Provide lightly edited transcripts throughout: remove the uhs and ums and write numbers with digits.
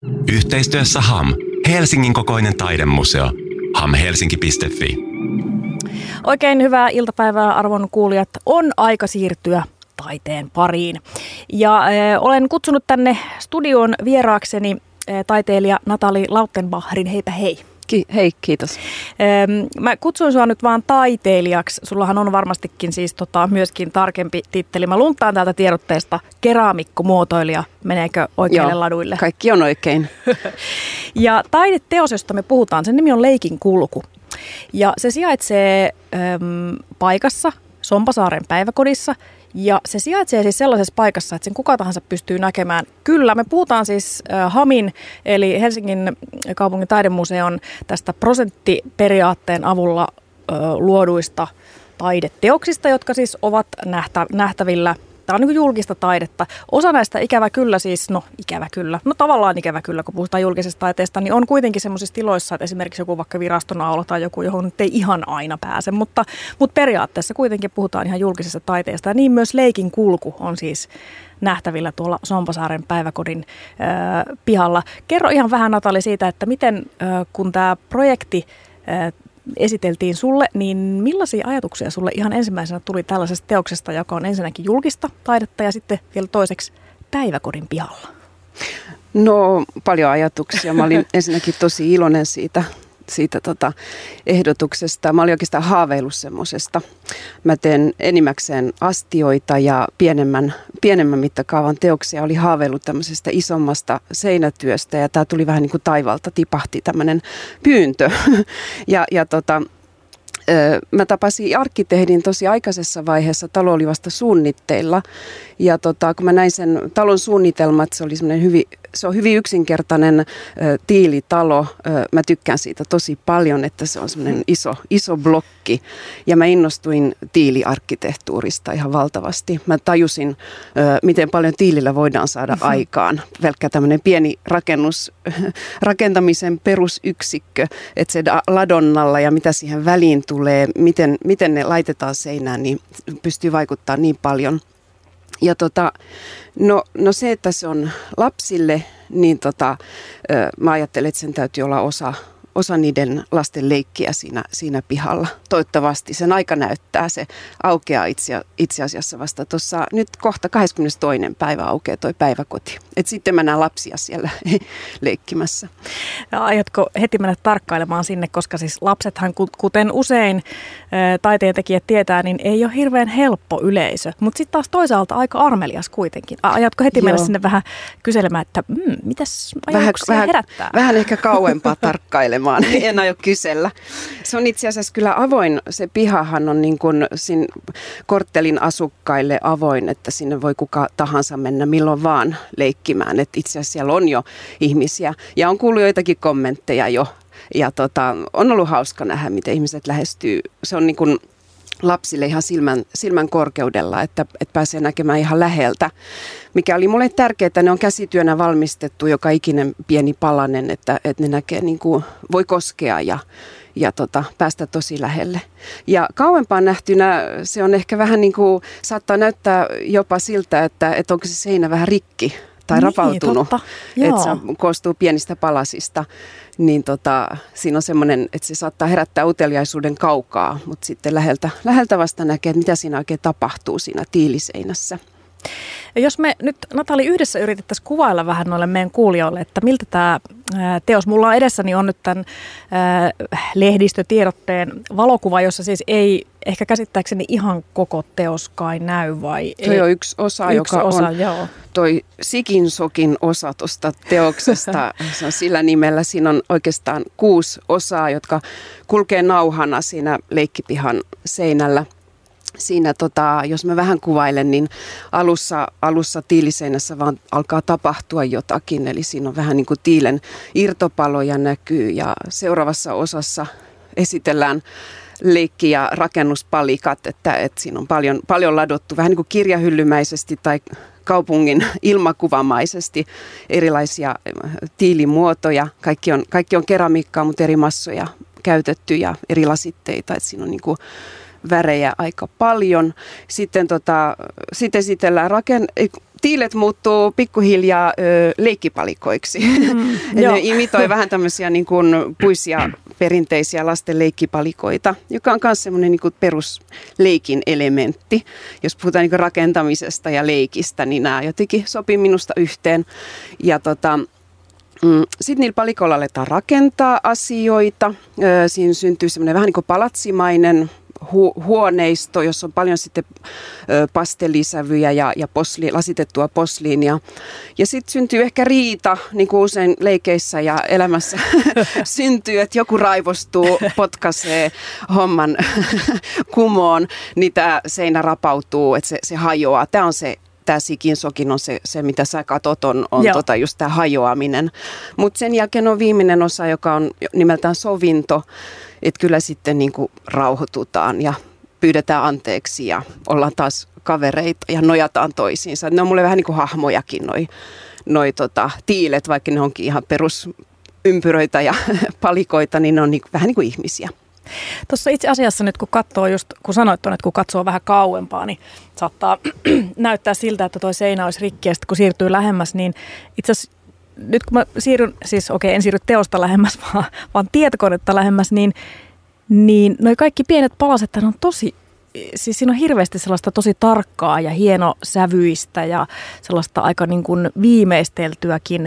Yhteistyössä HAM, Helsingin kokoinen taidemuseo. hamhelsinki.fi. Oikein hyvää iltapäivää, arvon kuulijat. On aika siirtyä taiteen pariin. Ja olen kutsunut tänne studioon vieraakseni taiteilija Nathalie Lautenbachrin. Heipä hei. Hei, kiitos. Mä kutsun sua nyt vaan taiteilijaksi. Sullahan on varmastikin siis myöskin tarkempi titteli. Mä luntaan täältä tiedotteesta keramikkomuotoilija. Meneekö oikeille laduille? Kaikki on oikein. Ja taideteos, josta me puhutaan, sen nimi on Leikin kulku. Ja se sijaitsee paikassa, Sompasaaren päiväkodissa. Ja se sijaitsee siis sellaisessa paikassa, että sen kuka tahansa pystyy näkemään. Kyllä, me puhutaan siis HAMin, eli Helsingin kaupungin taidemuseon tästä prosenttiperiaatteen avulla luoduista taideteoksista, jotka siis ovat nähtävillä. Tämä on niin kuin julkista taidetta. Osa näistä ikävä kyllä, tavallaan ikävä kyllä, kun puhutaan julkisesta taiteesta, niin on kuitenkin semmoisissa tiloissa, että esimerkiksi joku vaikka virastonaula tai joku, johon nyt ei ihan aina pääse, mutta periaatteessa kuitenkin puhutaan ihan julkisesta taiteesta. Ja niin myös Leikin kulku on siis nähtävillä tuolla Sompasaaren päiväkodin pihalla. Kerro ihan vähän, Nathalie, siitä, että miten kun tämä projekti esiteltiin sulle, niin millaisia ajatuksia sulle ihan ensimmäisenä tuli tällaisesta teoksesta, joka on ensinnäkin julkista taidetta ja sitten vielä toiseksi päiväkodin pihalla? No, paljon ajatuksia. Mä olin ensinnäkin tosi iloinen siitä ehdotuksesta. Mä olin oikeastaan haaveillut semmosesta. Mä teen enimmäkseen astioita ja pienemmän mittakaavan teoksia. Oli haaveillut tämmöisestä isommasta seinätyöstä ja tää tuli vähän niin kuin taivalta, tipahti tämmöinen pyyntö. Mä tapasin arkkitehdin tosi aikaisessa vaiheessa, talo oli vasta suunnitteilla ja kun mä näin sen talon suunnitelmat, se on hyvin yksinkertainen tiilitalo. Mä tykkään siitä tosi paljon, että se on semmoinen iso blokki ja mä innostuin tiiliarkkitehtuurista ihan valtavasti. Mä tajusin, miten paljon tiilillä voidaan saada aikaan. Pelkkä tämmöinen pieni rakentamisen perusyksikkö, että se ladonnalla ja mitä siihen väliin tulee, miten ne laitetaan seinään, niin pystyy vaikuttamaan niin paljon. Ja no se, että se on lapsille, niin mä ajattelen, että sen täytyy olla osa niiden lasten leikkiä siinä pihalla. Toivottavasti sen aika näyttää, se aukeaa itse asiassa vasta tuossa nyt kohta 22. päivä aukeaa toi päiväkoti. Et sitten mä näen lapsia siellä leikkimässä. Ja aiotko heti mennä tarkkailemaan sinne, koska siis lapsethan, kuten usein taiteentekijät tietää, niin ei ole hirveän helppo yleisö. Mutta sitten taas toisaalta aika armelias kuitenkin. Aiotko heti mennä sinne vähän kyselemään, että mitäs ajatuksia herättää? Vähän ehkä kauempaa tarkkailemaan. En aio kysellä. Se on itse asiassa kyllä avoin. Se pihahan on niin kuin korttelin asukkaille avoin, että sinne voi kuka tahansa mennä milloin vaan leikkimään. Et itse asiassa siellä on jo ihmisiä ja on kuullut joitakin kommentteja jo. Ja on ollut hauska nähdä, miten ihmiset lähestyy. Se on niin kuin lapsille ihan silmän korkeudella, että pääsee näkemään ihan läheltä. Mikä oli mulle tärkeää, että ne on käsityönä valmistettu joka ikinen pieni palanen, että ne näkee, niin kuin voi koskea ja päästä tosi lähelle. Ja kauempaan nähtynä se on ehkä vähän niin kuin, saattaa näyttää jopa siltä, että onko se seinä vähän rikki tai rapautunut, että se koostuu pienistä palasista. Niin siinä on semmoinen, että se saattaa herättää uteliaisuuden kaukaa, mutta sitten läheltä vasta näkee, että mitä siinä oikein tapahtuu siinä tiiliseinässä. Ja jos me nyt, Nathalie, yhdessä yritettäisiin kuvailla vähän noille meidän kuulijoille, että miltä tämä teos, mulla on edessäni on nyt tämän lehdistötiedotteen valokuva, jossa siis ei ehkä käsittääkseni ihan koko teos kai näy vai ei? Toi on yksi osa, joo. Toi Sikinsokin osa tuosta teoksesta, se on sillä nimellä. Siinä on oikeastaan 6 osaa, jotka kulkee nauhana siinä leikkipihan seinällä. Siinä, jos mä vähän kuvailen, niin alussa tiiliseinässä vaan alkaa tapahtua jotakin. Eli siinä on vähän niin kuin tiilen irtopaloja näkyy ja seuraavassa osassa esitellään leikki- ja rakennuspalikat, että siinä on paljon ladottu vähän niin kuin kirjahyllymäisesti tai kaupungin ilmakuvamaisesti erilaisia tiilimuotoja. Kaikki on keramiikkaa, mutta eri massoja käytetty ja eri lasitteita, että siinä on niin kuin värejä aika paljon. Sitten esitellään tiilet muuttuu pikkuhiljaa leikkipalikoiksi. Ne imitoi vähän tämmöisiä niin kuin puisia perinteisiä lasten leikkipalikoita, joka on myös semmoinen niin kuin perusleikin elementti. Jos puhutaan niin kuin rakentamisesta ja leikistä, niin nämä jotenkin sopii minusta yhteen. Ja sitten niillä palikoilla aletaan rakentaa asioita. Siinä syntyy semmoinen vähän niin kuin palatsimainen huoneisto, jossa on paljon sitten pastellisävyjä ja lasitettua posliinia. Ja sitten syntyy ehkä riita, niin kuin usein leikeissä ja elämässä syntyy, että joku raivostuu, potkaisee homman kumoon, niin tämä seinä rapautuu, että se hajoaa. Tämä sikinsokin on se, mitä sä katot, on just tämä hajoaminen. Mutta sen jälkeen on viimeinen osa, joka on nimeltään sovinto, että kyllä sitten niinku rauhoitutaan ja pyydetään anteeksi ja ollaan taas kavereita ja nojataan toisiinsa. Ne on mulle vähän niin kuin hahmojakin noi tiilet, vaikka ne onkin ihan perusympyröitä ja palikoita, niin ne on vähän niin kuin ihmisiä. Tuossa itse asiassa nyt kun katsoo just, kun sanoit tuonne, että kun katsoo vähän kauempaa, niin saattaa näyttää siltä, että toi seinä olisi rikki ja sitten kun siirtyy lähemmäs, niin itse asiassa nyt kun mä siirryn, siis en siirry teosta lähemmäs, vaan tietokonetta lähemmäs, niin noi kaikki pienet palaset on tosi, siis siinä on hirveästi sellaista tosi tarkkaa ja hienosävyistä ja sellaista aika niin kuin viimeisteltyäkin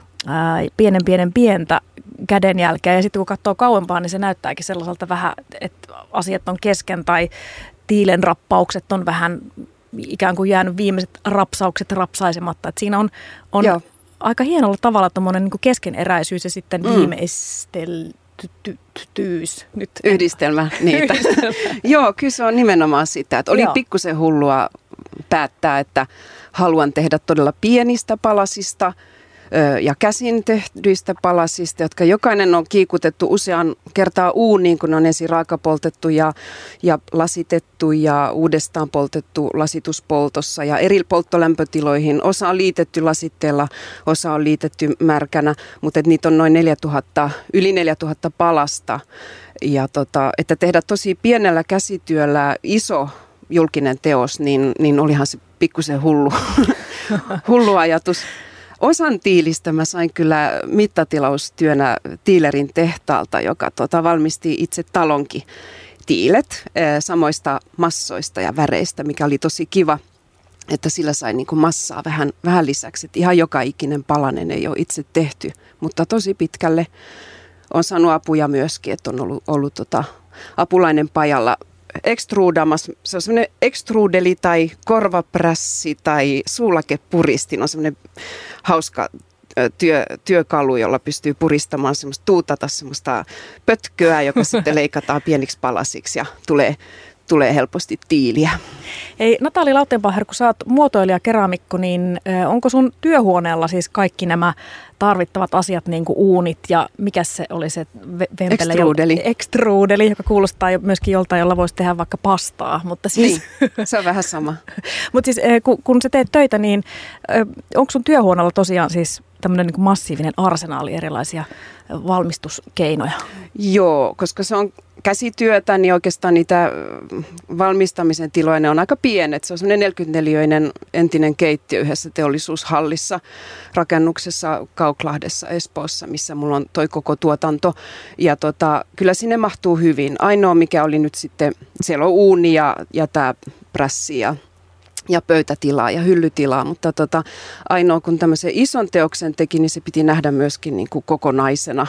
pientä kädenjälkeä. Ja sitten kun katsoo kauempaa, niin se näyttääkin sellaiselta vähän, että asiat on kesken tai tiilen rappaukset on vähän ikään kuin jäänyt viimeiset rapsaukset rapsaisematta. Että siinä on aika hienolla tavalla tommoinen niin kuin keskeneräisyys ja sitten viimeisteltyys. Nyt yhdistelmä niitä. Joo, kyllä se on nimenomaan sitä, että oli pikkusen hullua päättää, että haluan tehdä todella pienistä palasista ja käsin tehdyistä palasista, jotka jokainen on kiikutettu usean kertaa uuniin, kun on ensin raakapoltettu ja lasitettu ja uudestaan poltettu lasituspoltossa ja eri polttolämpötiloihin. Osa on liitetty lasitteella, osa on liitetty märkänä, mutta niitä on noin yli 4000 palasta. Ja että tehdä tosi pienellä käsityöllä iso julkinen teos, niin olihan se pikkusen hullu ajatus. Osan tiilistä mä sain kyllä mittatilaustyönä tiilerin tehtaalta, joka valmisti itse talonkin tiilet samoista massoista ja väreistä, mikä oli tosi kiva, että sillä sai niin kuin massaa vähän lisäksi. Että ihan joka ikinen palanen ei ole itse tehty, mutta tosi pitkälle on saanut apuja myöskin, että on ollut apulainen pajalla extruudamassa. Se on semmoinen extrudeli tai korvaprässi tai suulakepuristin on semmoinen hauska työkalu, jolla pystyy puristamaan tuutata semmoista pötköä, joka sitten leikataan pieniksi palasiksi ja tulee helposti tiiliä. Hei Nataali Lautenbacher, kun sä oot muotoilija keramikko, niin onko sun työhuoneella siis kaikki nämä tarvittavat asiat, niin kuin uunit ja mikä se oli se vempele? Extrudeli, joka kuulostaa myöskin joltain, jolla voisi tehdä vaikka pastaa. Mutta siis, niin, se on vähän sama. Mutta siis kun sä teet töitä, niin onko sun työhuoneella tosiaan siis tämmöinen niin kuin massiivinen arsenaali erilaisia valmistuskeinoja? Joo, koska se on käsityötä, niin oikeastaan niitä valmistamisen tiloja, ne on aika pienet. Se on semmoinen 44-öinen entinen keittiö yhdessä teollisuushallissa rakennuksessa Kauklahdessa Espoossa, missä mulla on toi koko tuotanto. Ja kyllä sinne mahtuu hyvin. Ainoa mikä oli nyt sitten, siellä on uuni ja tämä prässi ja pöytätilaa ja hyllytilaa, mutta ainoa kun tämmöisen ison teoksen teki, niin se piti nähdä myöskin niin kuin kokonaisena.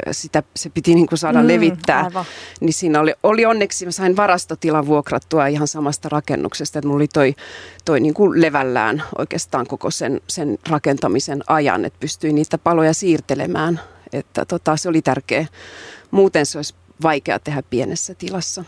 Se piti niin kuin saada levittää, aivan. Niin siinä oli onneksi, mä sain varastotilan vuokrattua ihan samasta rakennuksesta, että mulla oli toi niin kuin levällään oikeastaan koko sen rakentamisen ajan, että pystyi niitä paloja siirtelemään, että se oli tärkeä. Muuten se olisi vaikea tehdä pienessä tilassa.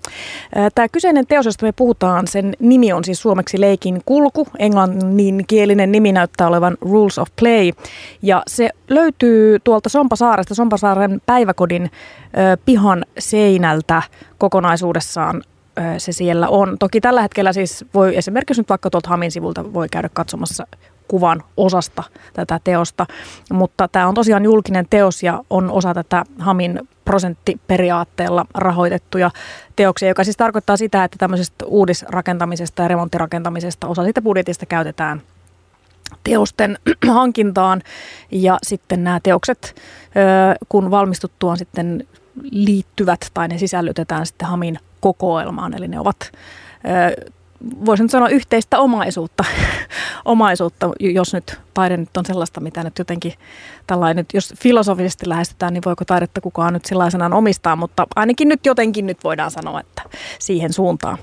Tämä kyseinen teos, josta me puhutaan, sen nimi on siis suomeksi Leikin kulku. Englanninkielinen nimi näyttää olevan Rules of Play. Ja se löytyy tuolta Sompasaaresta, Sompasaaren päiväkodin pihan seinältä kokonaisuudessaan. Se siellä on. Toki tällä hetkellä siis voi esimerkiksi nyt vaikka tuolta Hamin sivulta voi käydä katsomassa kuvan osasta tätä teosta. Mutta tämä on tosiaan julkinen teos ja on osa tätä Hamin prosenttiperiaatteella rahoitettuja teoksia, joka siis tarkoittaa sitä, että tämmöisestä uudisrakentamisesta ja remonttirakentamisesta osa siitä budjetista käytetään teosten hankintaan ja sitten nämä teokset, kun valmistuttuaan sitten liittyvät tai ne sisällytetään sitten Hamin kokoelmaan, eli ne ovat, voisin nyt sanoa, yhteistä omaisuutta, jos nyt taide nyt on sellaista, mitä nyt jotenkin tällainen, jos filosofisesti lähestytään, niin voiko taidetta kukaan nyt sellaisenaan omistaa, mutta ainakin nyt jotenkin nyt voidaan sanoa, että siihen suuntaan.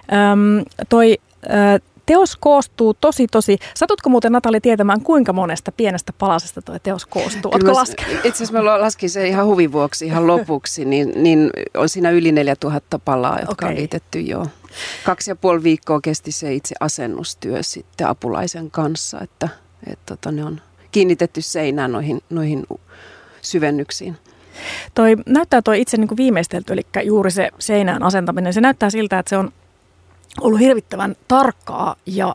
Teos koostuu satutko muuten Natali tietämään, kuinka monesta pienestä palasesta tuo teos koostuu? Oletko laskenut? Itse asiassa mä laskin sen ihan huvin vuoksi, ihan lopuksi, niin on siinä yli 4000 palaa, jotka on liitetty jo. 2,5 viikkoa kesti se itse asennustyö sitten apulaisen kanssa, että ne on kiinnitetty seinään noihin syvennyksiin. Näyttää itse niin kuin viimeistelty, eli juuri se seinään asentaminen, se näyttää siltä, että se on ollut hirvittävän tarkkaa ja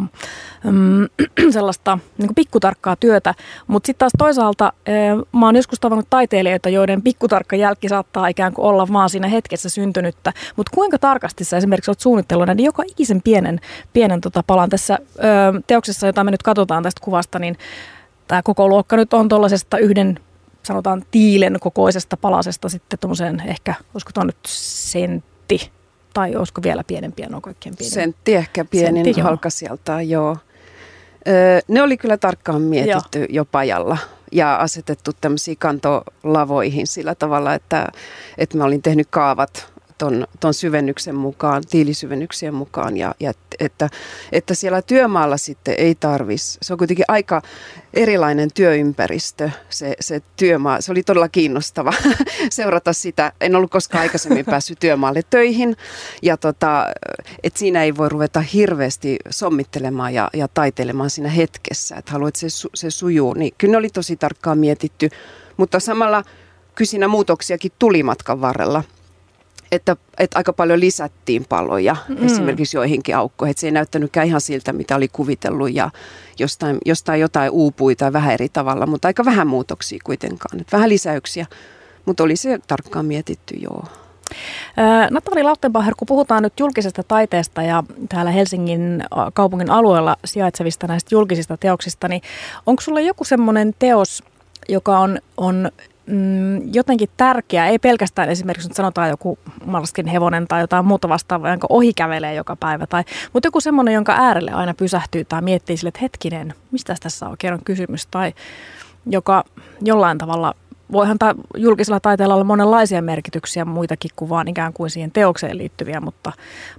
sellaista niin kuin pikkutarkkaa työtä, mutta sitten taas toisaalta mä oon joskus tavannut taiteilijoita, joiden pikkutarkka jälki saattaa ikään kuin olla vaan siinä hetkessä syntynyttä, mutta kuinka tarkasti sä esimerkiksi olet suunnitellut näiden joka ikisen pienen palan tässä teoksessa, jota me nyt katsotaan tästä kuvasta, niin tämä koko luokka nyt on tuollaisesta yhden, sanotaan tiilen kokoisesta palasesta sitten tuommoiseen ehkä, olisiko tuo nyt sentti, tai olisiko vielä pienempiä, no kaikkein pienempiä. Sentti ehkä pienin halkasijaltaan, joo. Ne oli kyllä tarkkaan mietitty jo pajalla ja asetettu tämmöisiin kantolavoihin sillä tavalla, että mä olin tehnyt kaavat ton syvennyksen mukaan, tiilisyvennyksien mukaan ja että siellä työmaalla sitten ei tarvitsisi. Se on kuitenkin aika erilainen työympäristö, se työmaa. Se oli todella kiinnostava seurata sitä. En ollut koskaan aikaisemmin päässyt työmaalle töihin ja että siinä ei voi ruveta hirveästi sommittelemaan ja taiteilemaan siinä hetkessä, että haluat, että se sujuu. Niin kyllä ne oli tosi tarkkaan mietitty, mutta samalla kyllä siinä muutoksiakin tuli matkan varrella. Että aika paljon lisättiin paloja esimerkiksi joihinkin aukkoihin. Että se ei näyttänytkään ihan siltä, mitä oli kuvitellut ja jostain jotain uupui tai vähän eri tavalla, mutta aika vähän muutoksia kuitenkaan. Että vähän lisäyksiä, mutta oli se tarkkaan mietitty, joo. Natali Lautenbacher, kun puhutaan nyt julkisesta taiteesta ja täällä Helsingin kaupungin alueella sijaitsevista näistä julkisista teoksista, niin onko sulla joku semmoinen teos, joka on jotenkin tärkeää, ei pelkästään esimerkiksi, nyt sanotaan joku marskin hevonen tai jotain muuta vastaavaa, jonka ohi kävelee joka päivä, mutta joku semmoinen, jonka äärelle aina pysähtyy tai miettii sille, että hetkinen, mistä tässä oikein on kysymys, tai joka jollain tavalla, voihan julkisella taiteella olla monenlaisia merkityksiä muitakin kuin vaan ikään kuin siihen teokseen liittyviä, mutta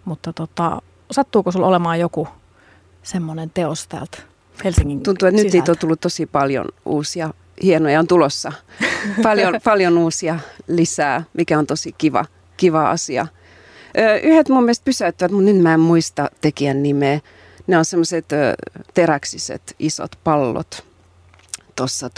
sattuuko sulla olemaan joku semmoinen teos täältä Helsingin Tuntuu, että nyt niitä on tullut tosi paljon uusia. Hienoja on tulossa. Paljon uusia lisää, mikä on tosi kiva asia. Yhdet mun mielestä pysäyttävät, mutta nyt mä en muista tekijän nimeä. Ne on semmoiset teräksiset isot pallot tuossa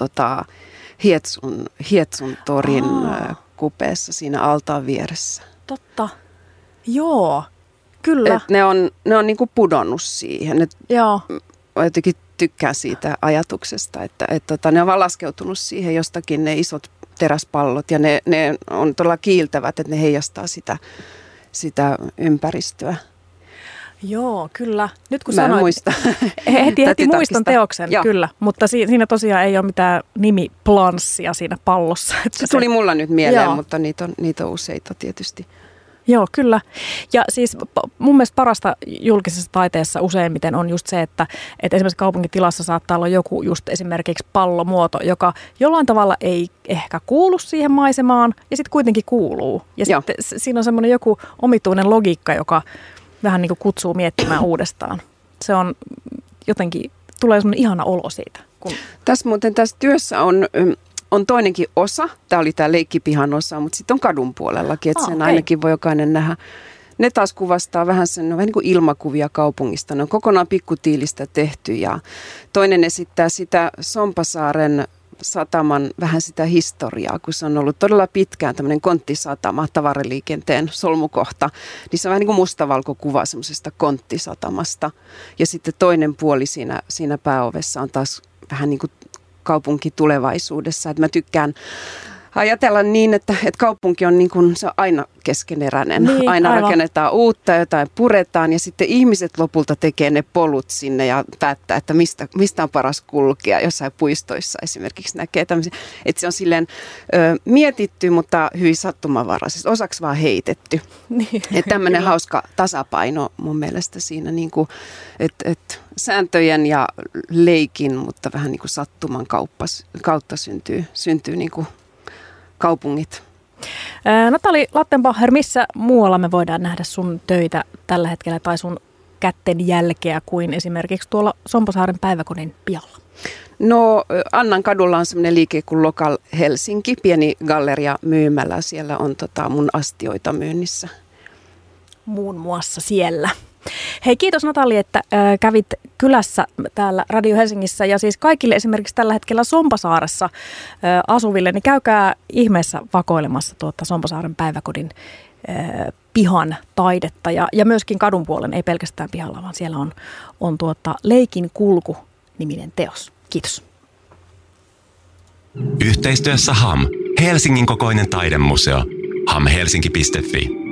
Hietsun torin kupeessa siinä altaan vieressä. Totta. Joo, kyllä. Et ne on niinku pudonnut siihen. Joo. Jotenkin tykkään siitä ajatuksesta, että ne on vaan laskeutunut siihen jostakin ne isot teräspallot ja ne on todella kiiltävät, että ne heijastaa sitä ympäristöä. Joo, kyllä. Nyt kun sanoit, muista. Heti muistan teoksen, joo. Kyllä, mutta siinä tosiaan ei ole mitään nimiplanssia siinä pallossa. Se tuli mulla nyt mieleen, joo. Mutta niitä on useita tietysti. Joo, kyllä. Ja siis mun mielestä parasta julkisessa taiteessa useimmiten on just se, että esimerkiksi kaupunkitilassa saattaa olla joku just esimerkiksi pallomuoto, joka jollain tavalla ei ehkä kuulu siihen maisemaan ja sitten kuitenkin kuuluu. Ja sitten siinä on semmoinen joku omituinen logiikka, joka vähän niin kuin kutsuu miettimään uudestaan. Se on jotenkin, tulee semmoinen ihana olo siitä. Tässä työssä on toinenkin osa, tämä oli tämä leikkipihan osa, mutta sitten on kadun puolellakin, että sen ainakin voi jokainen nähdä. Ne taas kuvastaa vähän niin kuin ilmakuvia kaupungista, ne on kokonaan pikkutiilistä tehty ja toinen esittää sitä Sompasaaren sataman vähän sitä historiaa, kun se on ollut todella pitkään tämmöinen konttisatama, tavaraliikenteen solmukohta. Niin se on vähän niin kuin mustavalkokuva semmoisesta konttisatamasta. Ja sitten toinen puoli siinä pääovessa on taas vähän niin kuin kaupunki tulevaisuudessa. Että mä tykkään ajatella niin, että kaupunki on niin kuin, se on aina keskeneräinen. Niin, aina aivan. rakennetaan uutta, jotain puretaan ja sitten ihmiset lopulta tekee ne polut sinne ja päättää, että mistä on paras kulkea. Jossain puistoissa esimerkiksi näkee tämmöisiä. Että se on silleen mietitty, mutta hyvin sattumanvaraisesti. Osaksi vaan heitetty. Niin, että tämmöinen hauska tasapaino mun mielestä siinä, niin kuin, että sääntöjen ja leikin, mutta vähän niin kuin sattuman kautta syntyy niin kuin kaupungit. Natali Lattenbacher, missä muualla me voidaan nähdä sun töitä tällä hetkellä tai sun kätten jälkeä kuin esimerkiksi tuolla Somposaaren päiväkodin pihalla? No Annan kadulla on semmoinen liike kuin Local Helsinki, pieni galleria myymällä. Siellä on mun astioita myynnissä. Muun muassa siellä. Hei, kiitos Natali, että kävit kylässä täällä Radio Helsingissä ja siis kaikille esimerkiksi tällä hetkellä Sompasaaressa asuville, niin käykää ihmeessä vakoilemassa Sompasaaren päiväkodin pihan taidetta ja myöskin kadun puolen, ei pelkästään pihalla, vaan siellä on Leikin kulku-niminen teos. Kiitos. Yhteistyössä HAM, Helsingin kokoinen taidemuseo. hamhelsinki.fi